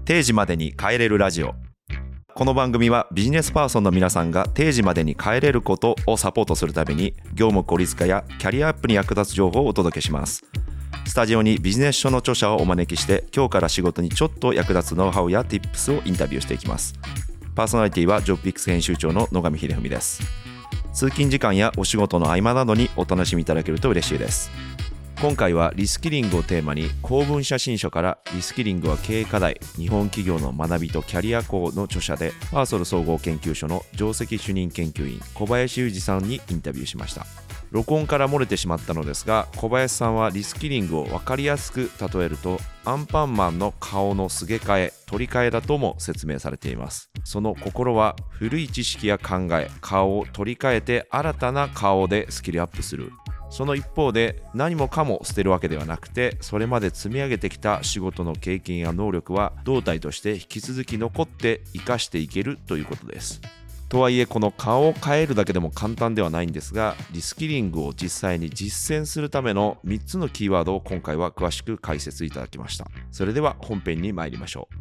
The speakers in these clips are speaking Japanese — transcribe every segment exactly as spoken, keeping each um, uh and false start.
定時までに帰れるラジオ。この番組はビジネスパーソンの皆さんが定時までに帰れることをサポートするために、業務効率化やキャリアアップに役立つ情報をお届けします。スタジオにビジネス書の著者をお招きして、今日から仕事にちょっと役立つノウハウや Tips をインタビューしていきます。パーソナリティはジョブピックス編集長の野上秀文です。通勤時間やお仕事の合間などにお楽しみいただけると嬉しいです。今回はリスキリングをテーマに、公文写真書からリスキリングは経営課題、日本企業の学びとキャリア校の著者で、パーソル総合研究所の上席主任研究員小林裕二さんにインタビューしました。録音から漏れてしまったのですが、小林さんはリスキリングを分かりやすく例えると、アンパンマンの顔のすげ替え、取り替えだとも説明されています。その心は、古い知識や考え、顔を取り替えて新たな顔でスキルアップする。その一方で、何もかも捨てるわけではなくて、それまで積み上げてきた仕事の経験や能力は胴体として引き続き残って生かしていけるということです。とはいえ、この顔を変えるだけでも簡単ではないんですが、リスキリングを実際に実践するためのみっつのキーワードを今回は詳しく解説いただきました。それでは本編に参りましょ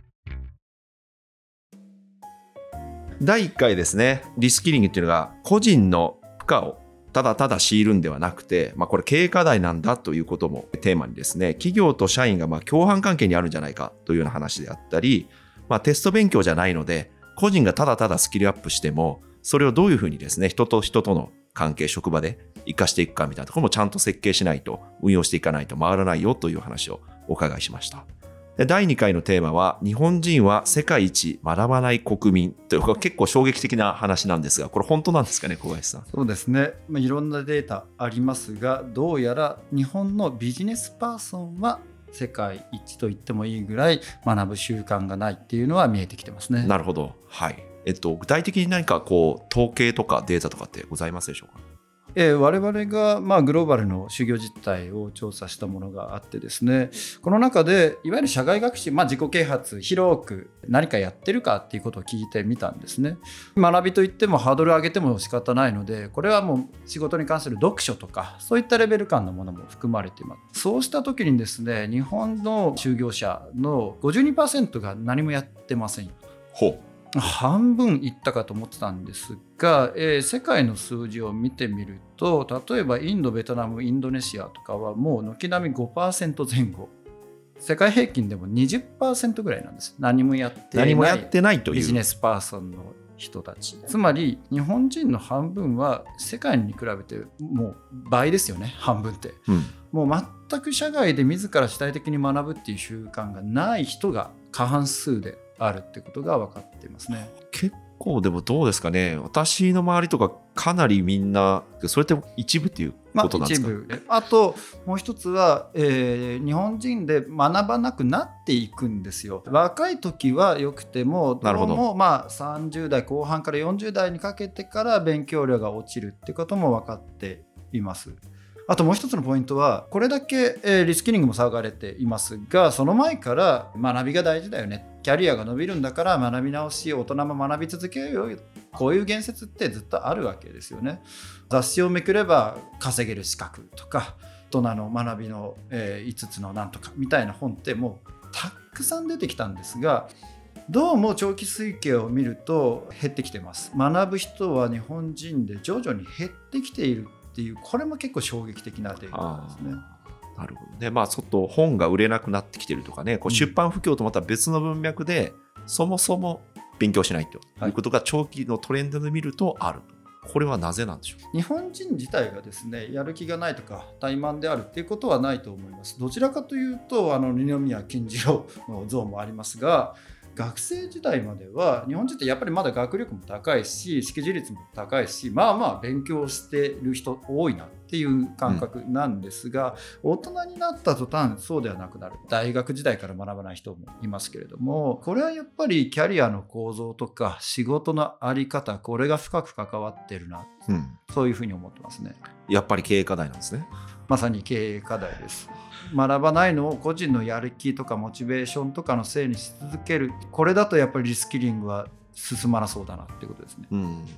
う。だいいっかいですね、リスキリングっていうのが個人の負荷をただただ強いるんではなくて、まあ、これ経営課題なんだということもテーマにですね、企業と社員がまあ共犯関係にあるんじゃないかというような話であったり、まあ、テスト勉強じゃないので、個人がただただスキルアップしても、それをどういうふうにですね、人と人との関係、職場で活かしていくかみたいなところもちゃんと設計しないと、運用していかないと回らないよという話をお伺いしました。で、だいにかいのテーマは、日本人は世界一学ばない国民という、結構衝撃的な話なんですが、これ本当なんですかね、小林さん。 そうですね、まあ、いろんなデータありますが、どうやら日本のビジネスパーソンは世界一と言ってもいいぐらい学ぶ習慣がないっていうのは見えてきてますね。 なるほど。はい。えっと、具体的に何かこう統計とかデータとかってございますでしょうか。 えー、我々が、まあ、グローバルの就業実態を調査したものがあってですね、この中でいわゆる社外学習、まあ、自己啓発、広く何かやってるかっていうことを聞いてみたんですね。学びといってもハードル上げても仕方ないので、これはもう仕事に関する読書とかそういったレベル感のものも含まれています。そうした時にですね、日本の就業者の ごじゅうにパーセント が何もやってません。 ほう。 半分いったかと思ってたんですが、えー、世界の数字を見てみると、例えばインド、ベトナム、インドネシアとかはもう軒並み ごパーセント 前後、世界平均でも にじゅっパーセント ぐらいなんです。何もやってない、 何もやってないというビジネスパーソンの人たち。つまり日本人の半分は世界に比べてもう倍ですよね。半分って、うん、もう全く社外で自ら主体的に学ぶっていう習慣がない人が過半数であるってことが分かっていますね。 結構でもどうですかね、私の周りとかかなりみんな、それって一部っていうことなんですか。 まあ、一部。あともう一つは、えー、日本人で学ばなくなっていくんですよ。若い時はよくても、どうもまあさんじゅうだいこう半からよんじゅうだいにかけてから勉強量が落ちるってことも分かっています。あともう一つのポイントは、これだけ、えー、リスキリングも騒がれていますが、その前から学びが大事だよね、キャリアが伸びるんだから学び直し、大人も学び続けようよ、こういう言説ってずっとあるわけですよね。雑誌をめくれば稼げる資格とか、大人の学びの、えー、いつつのなんとかみたいな本ってもうたくさん出てきたんですが、どうも長期推計を見ると減ってきてます。学ぶ人は日本人で徐々に減ってきているっていう、これも結構衝撃的なデータですね。 なるほどね。まあちょっと本が売れなくなってきてるとかね、こう出版不況とまた別の文脈で、うん、そもそも勉強しないということが長期のトレンドで見るとあると。これはなぜなんでしょう。 日本人自体がですね、やる気がないとか怠慢であるっていうことはないと思います。どちらかというと、あの二宮金次郎の像もありますが、学生時代までは日本人ってやっぱりまだ学力も高いし、識字率も高いし、まあまあ勉強してる人多いなっていう感覚なんですが、うん、大人になった途端そうではなくなる。大学時代から学ばない人もいますけれども、これはやっぱりキャリアの構造とか仕事の在り方、これが深く関わってるな、うん、そういうふうに思ってますね。 やっぱり経営課題なんですね。 まさに経営課題です。学ばないのを個人のやる気とかモチベーションとかのせいにし続ける、これだとやっぱりリスキリングは進まなそうだなっていうことですね。 うん、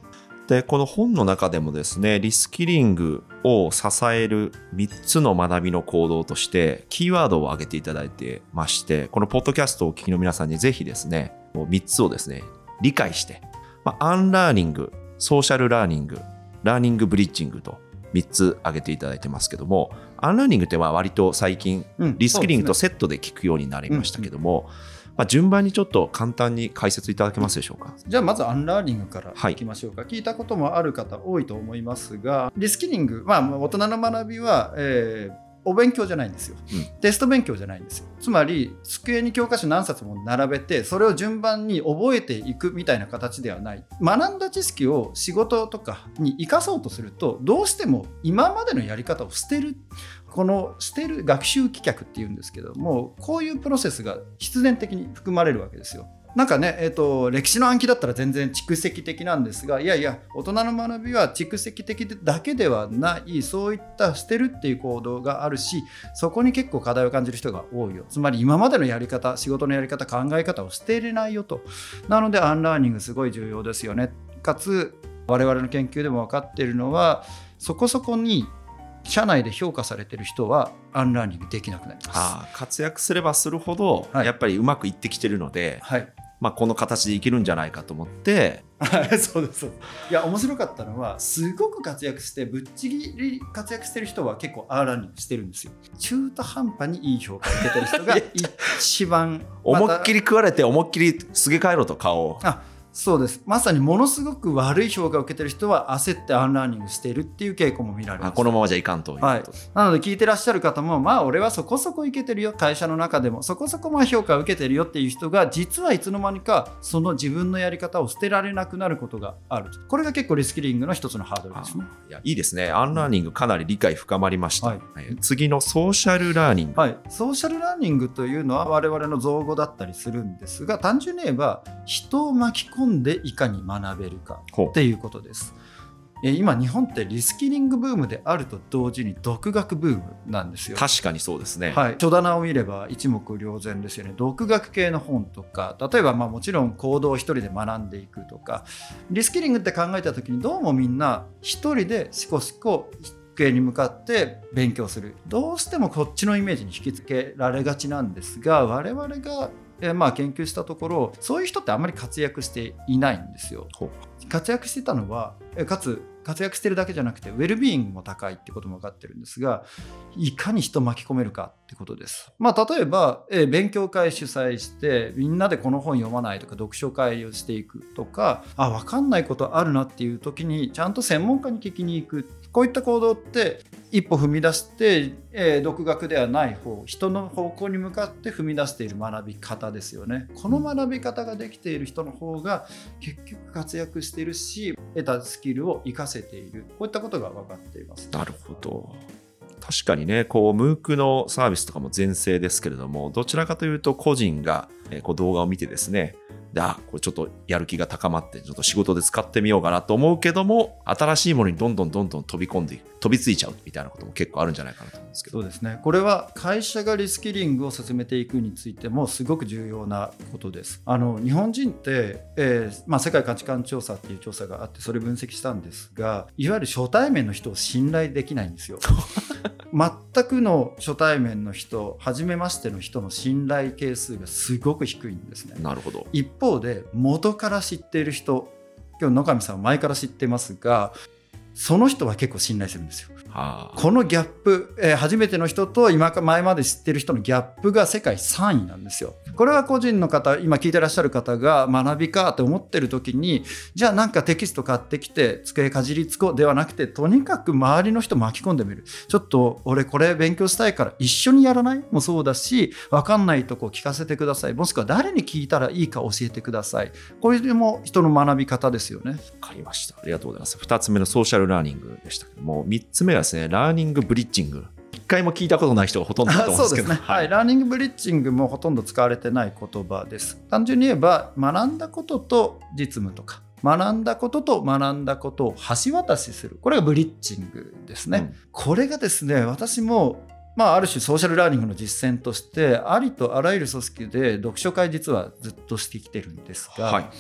でこの本の中でもですね、リスキリングを支えるみっつの学びの行動としてキーワードを挙げていただいてまして、このポッドキャストをお聞きの皆さんにぜひですね、もうみっつをですね理解して、まあ、アンラーニング、ソーシャルラーニング、ラーニングブリッジングとみっつ挙げていただいてますけども、アンラーニングってまあ割と最近リスキリングとセットで聞くようになりましたけども、まあ、順番にちょっと簡単に解説いただけますでしょうか。 じゃあまずアンラーニングからいきましょうか、はい、聞いたこともある方多いと思いますが、リスキリング、まあ、大人の学びは、えーお勉強じゃないんですよ、うん、テスト勉強じゃないんですよ。つまり机に教科書何冊も並べてそれを順番に覚えていくみたいな形ではない。学んだ知識を仕事とかに生かそうとすると、どうしても今までのやり方を捨てる、この捨てる学習棄却っていうんですけども、こういうプロセスが必然的に含まれるわけですよ。なんかね、えーと、歴史の暗記だったら全然蓄積的なんですが、いやいや、大人の学びは蓄積的だけではない、そういった捨てるっていう行動があるし、そこに結構課題を感じる人が多いよ。つまり今までのやり方、仕事のやり方、考え方を捨てれないよと。なのでアンラーニングすごい重要ですよね。かつ我々の研究でも分かっているのは、そこそこに社内で評価されている人はアンラーニングできなくなります。 ああ、活躍すればするほど、はい、やっぱりうまくいってきてるので、はい、まあ、この形でいけるんじゃないかと思ってそうです。いや、面白かったのは、すごく活躍してぶっちぎり活躍してる人は結構アンラーニングしてるんですよ。中途半端にいい評価を受けてる人が一番思いっきり食われて思いっきりすげ替えろと顔を。 あ、そうです。まさにものすごく悪い評価を受けてる人は焦ってアンラーニングしているっていう傾向も見られます。 あ、このままじゃいかんということ、はい、 なので聞いてらっしゃる方も、まあ俺はそこそこいけてるよ、会社の中でもそこそこまあ評価を受けてるよっていう人が、実はいつの間にかその自分のやり方を捨てられなくなることがある。これが結構リスキリングの一つのハードルですね。 いや、いいですね。アンラーニングかなり理解深まりました、はいはい、次のソーシャルラーニング、 はい、ソーシャルラーニングというのは我々の造語だったりするんですが、単純に言えば人を巻き込んでいかに学べるかっていうことです。今日本ってリスキリングブームであると同時に独学ブームなんですよ。 確かにそうですね、 はい、書棚を見れば一目瞭然ですよね。独学系の本とか、例えばまあもちろん行動を一人で学んでいくとか、リスキリングって考えた時にどうもみんな一人でしこしこ机に向かって勉強する、どうしてもこっちのイメージに引き付けられがちなんですが、我々がえー、まあ研究したところ、そういう人ってあんまり活躍していないんですよ。活躍してたのは、かつ活躍してるだけじゃなくてウェルビーイングも高いってことも分かってるんですが、いかに人を巻き込めるかってことです。まあ、例えば、えー、勉強会主催してみんなでこの本読まないとか読書会をしていくとか、あ、分かんないことあるなっていう時にちゃんと専門家に聞きに行く、こういった行動って一歩踏み出して、えー、独学ではない方、人の方向に向かって踏み出している学び方ですよね。この学び方ができている人の方が結局活躍しているし、得たスキルを活かせている、こういったことが分かっています。 なるほど。確かにね、こう ムーク のサービスとかも全盛ですけれども、どちらかというと個人がこう動画を見てですね、で、あ、これちょっとやる気が高まってちょっと仕事で使ってみようかなと思うけども、新しいものにどんどんどんどん飛び込んで飛びついちゃうみたいなことも結構あるんじゃないかなと思うんですけど。 そうですね。これは会社がリスキリングを進めていくについてもすごく重要なことです。あの日本人って、えーまあ、世界価値観調査っていう調査があって、それ分析したんですが、いわゆる初対面の人を信頼できないんですよ。全くの初対面の人、初めましての人の信頼係数がすごく低いんですね。 なるほど。 一方で元から知っている人、今日野上さんは前から知ってますが、その人は結構信頼するんですよ。はあ、このギャップ、えー、初めての人と今前まで知ってる人のギャップが世界さんいなんですよ。これは個人の方、今聞いてらっしゃる方が学びかと思ってる時に、じゃあなんかテキスト買ってきて机かじりつこうではなくて、とにかく周りの人巻き込んでみる。ちょっと俺これ勉強したいから一緒にやらないもそうだし、分かんないとこ聞かせてください、もしくは誰に聞いたらいいか教えてください。これでも人の学び方ですよね。 わかりました。ありがとうございます。ふたつめのソーシャルラーニングでしたけども、みっつめはですね、ラーニングブリッジング。一回も聞いたことない人がほとんどだと思うんですけど。そうですね、 はいはい、ラーニングブリッジングもほとんど使われてない言葉です。単純に言えば、学んだことと実務とか、学んだことと学んだことを橋渡しする、これがブリッジングですね、うん、これがですね、私もまあ、ある種ソーシャルラーニングの実践としてありとあらゆる組織で読書会実はずっとしてきてるんですが、はい、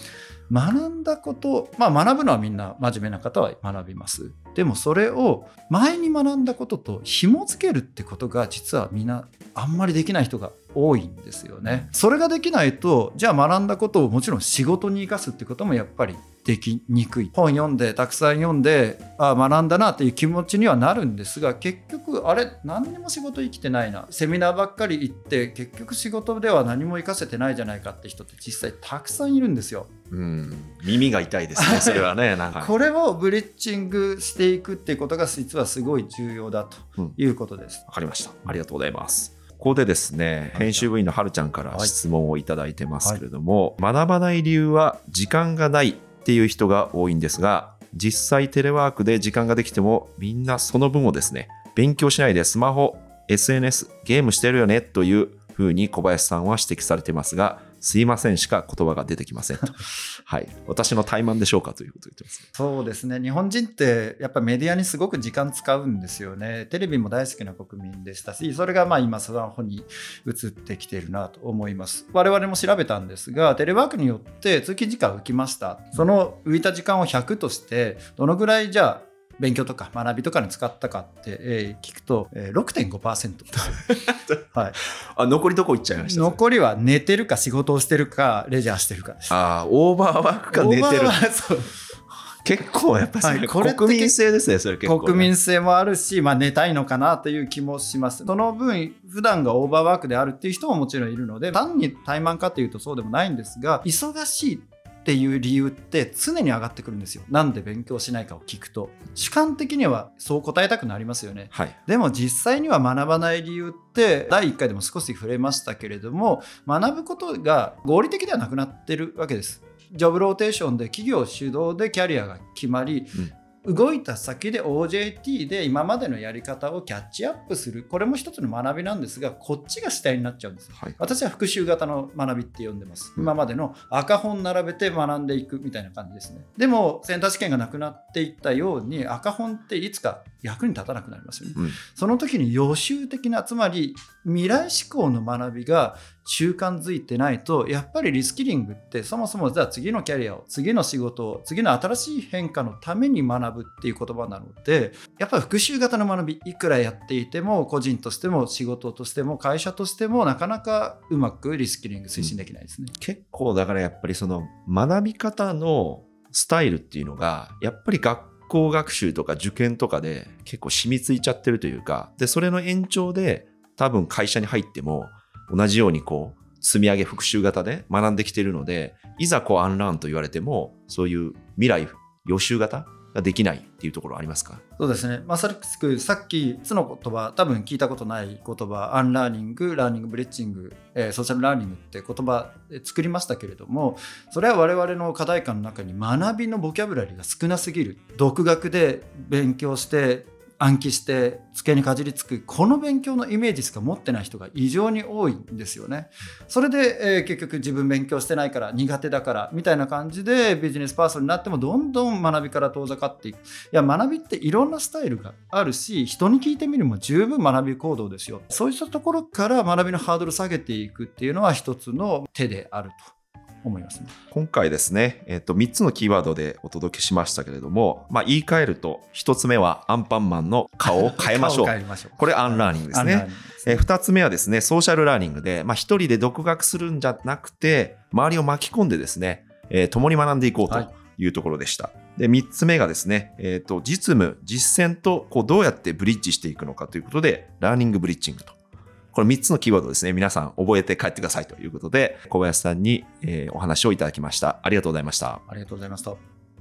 学んだこと、まあ、学ぶのはみんな真面目な方は学びます。でもそれを前に学んだことと紐付けるってことが実はみんなあんまりできない人が多いんですよね。それができないと、じゃあ学んだことをもちろん仕事に生かすってこともやっぱりできにくい。本読んでたくさん読んで、ああ学んだなっていう気持ちにはなるんですが、結局あれ何にも仕事生きてないな、セミナーばっかり行って結局仕事では何も生かせてないじゃないかって人って実際たくさんいるんですよ。 うん、耳が痛いですねそれはねなんかこれをブリッジングしていくっていうことが実はすごい重要だということです。 わ、うん、かりました。ありがとうございます。ここでですね、編集部員のはるちゃんから質問をいただいてますけれども、はいはい、学ばない理由は時間がないっていう人が多いんですが、実際テレワークで時間ができてもみんなその分をですね、勉強しないでスマホ、エスエヌエス、ゲームしてるよねというふうに小林さんは指摘されてますが、すいませんしか言葉が出てきませんとはい、私の怠慢でしょうかということを言ってます、ね、 そうですね。日本人ってやっぱメディアにすごく時間使うんですよね。テレビも大好きな国民でしたし、それがまあ今スマホに移ってきているなと思います。我々も調べたんですが、テレワークによって通勤時間浮きました。その浮いた時間をひゃくとしてどのぐらいじゃあ勉強とか学びとかに使ったかって、えー、聞くと、えー、ろくてんごパーセント はい、 あ、残りどこ行っちゃいました？ 残りは寝てるか仕事をしてるかレジャーしてるかです。 あ、オーバーワークか寝てる。 そう結構やっぱり、はい、これ国民性ですね。それ結構、ね、 国民性もあるし、まあ、寝たいのかなという気もします。その分普段がオーバーワークであるっていう人ももちろんいるので、単に怠慢かというとそうでもないんですが、忙しいっていう理由って常に上がってくるんですよ。なんで勉強しないかを聞くと主観的にはそう答えたくなりますよね、はい、でも実際には学ばない理由ってだいいっかいでも少し触れましたけれども、学ぶことが合理的ではなくなってるわけです。ジョブローテーションで企業主導でキャリアが決まり、うん動いた先で オージェーティー で今までのやり方をキャッチアップする、これも一つの学びなんですが、こっちが主体になっちゃうんです、はい、私は復習型の学びって呼んでます、うん、今までの赤本並べて学んでいくみたいな感じですね。でもセンター試験がなくなっていったように赤本っていつか役に立たなくなりますよね、うん、その時に予習的な、つまり未来志向の学びが習慣づいてないと、やっぱりリスキリングってそもそもじゃあ次のキャリアを、次の仕事を、次の新しい変化のために学ぶっていう言葉なので、やっぱり復習型の学びいくらやっていても個人としても仕事としても会社としてもなかなかうまくリスキリング推進できないですね、うん、 結構だからやっぱりその学び方のスタイルっていうのがやっぱり学校学習とか受験とかで結構染みついちゃってるというか、でそれの延長で多分会社に入っても同じようにこう積み上げ復習型で学んできているので、いざこうアンラーンと言われてもそういう未来予習型ができないっていうところありますか？ そうですね、まさしくさっきいつの言葉、多分聞いたことない言葉、アンラーニング、ラーニング、ブリッジング、えー、ソーシャルラーニングって言葉作りましたけれども、それは我々の課題感の中に学びのボキャブラリーが少なすぎる。独学で勉強して暗記して机にかじりつく、この勉強のイメージしか持ってない人が異常に多いんですよね。それで、えー、結局自分勉強してないから苦手だからみたいな感じでビジネスパーソンになってもどんどん学びから遠ざかっていく。いや、学びっていろんなスタイルがあるし、人に聞いてみるも十分学び行動ですよ。そういったところから学びのハードル下げていくっていうのは一つの手であると思いますね。 今回ですね、えー、とみっつのキーワードでお届けしましたけれども、まあ、言い換えるとひとつめはアンパンマンの顔を変えましょう顔を変えましょう。 これアンラーニングですね。えー、ふたつめはですね、ソーシャルラーニングで、まあ、一人で独学するんじゃなくて周りを巻き込んでですね、えー、共に学んでいこうというところでした、はい、でみっつめがですね、えー、と実務実践とこうどうやってブリッジしていくのかということで、ラーニングブリッジングと、これみっつのキーワードですね。皆さん覚えて帰ってくださいということで、小林さんに、えー、お話をいただきました。ありがとうございました。 ありがとうございました。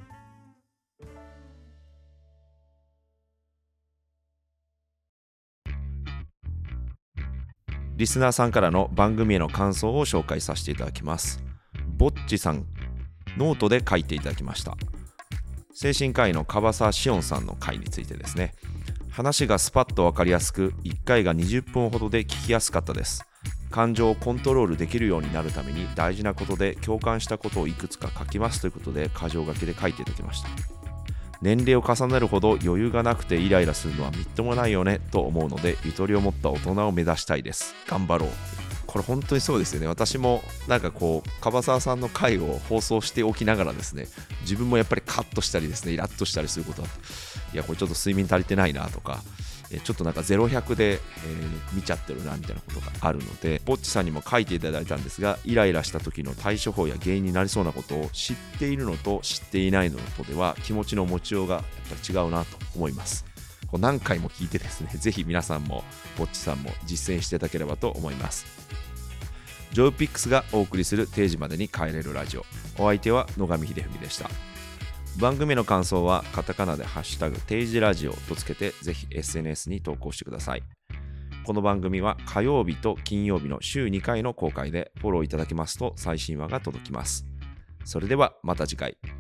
リスナーさんからの番組への感想を紹介させていただきます。ぼっちさん、ノートで書いていただきました。精神科医の樺沢志音さんの回についてですね。話がスパッと分かりやすく、いっかいがにじゅっぷんほどで聞きやすかったです。感情をコントロールできるようになるために大事なことで共感したことをいくつか書きますということで、箇条書きで書いていただきました。年齢を重ねるほど余裕がなくてイライラするのはみっともないよねと思うので、ゆとりを持った大人を目指したいです。頑張ろう。 これ本当にそうですよね。私もなんかこう樺沢さんの回を放送しておきながらですね、自分もやっぱりカットしたりですね、イラッとしたりすることあって、いやこれちょっと睡眠足りてないなとか、ちょっとなんかゼロひゃくで、えー、見ちゃってるなみたいなことがあるので、ぼっちさんにも書いていただいたんですが、イライラした時の対処法や原因になりそうなことを知っているのと知っていないのとでは気持ちの持ちようがやっぱり違うなと思います。こう何回も聞いてですね、ぜひ皆さんもぼっちさんも実践していただければと思います。ジョイピックスがお送りする定時までに帰れるラジオ。お相手は野上秀文でした。番組の感想はカタカナでハッシュタグ定時ラジオとつけてぜひ エスエヌエス に投稿してください。この番組は火曜日と金曜日の週にかいの公開でフォローいただけますと最新話が届きます。それではまた次回。